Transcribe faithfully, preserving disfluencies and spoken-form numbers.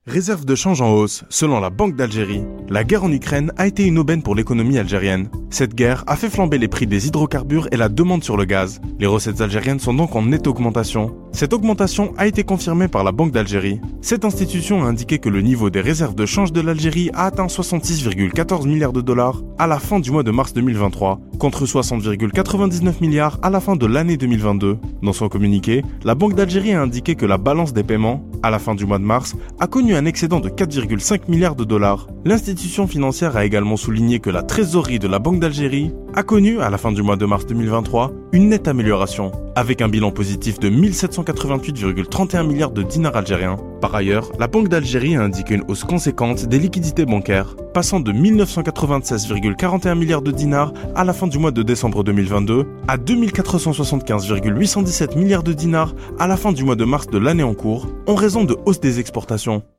Réserve de change en hausse. Selon la Banque d'Algérie, la guerre en Ukraine a été une aubaine pour l'économie algérienne. Cette guerre a fait flamber les prix des hydrocarbures et la demande sur le gaz. Les recettes algériennes sont donc en nette augmentation. Cette augmentation a été confirmée par la Banque d'Algérie. Cette institution a indiqué que le niveau des réserves de change de l'Algérie a atteint soixante-six virgule quatorze milliards de dollars à la fin du mois de mars deux mille vingt-trois, contre soixante virgule quatre-vingt-dix-neuf milliards à la fin de l'année deux mille vingt-deux. Dans son communiqué, la Banque d'Algérie a indiqué que la balance des paiements, à la fin du mois de mars, a connu un excédent de quatre virgule cinq milliards de dollars. L'institution financière a également souligné que la trésorerie de la Banque d'Algérie a connu, à la fin du mois de mars deux mille vingt-trois, une nette amélioration, avec un bilan positif de mille sept cent quatre-vingt-huit virgule trente et un milliards de dinars algériens. Par ailleurs, la Banque d'Algérie a indiqué une hausse conséquente des liquidités bancaires, passant de mille neuf cent quatre-vingt-seize virgule quarante et un milliards de dinars à la fin du mois de décembre deux mille vingt-deux à deux mille quatre cent soixante-quinze virgule huit cent dix-sept milliards de dinars à la fin du mois de mars de l'année en cours, en raison de hausse des exportations.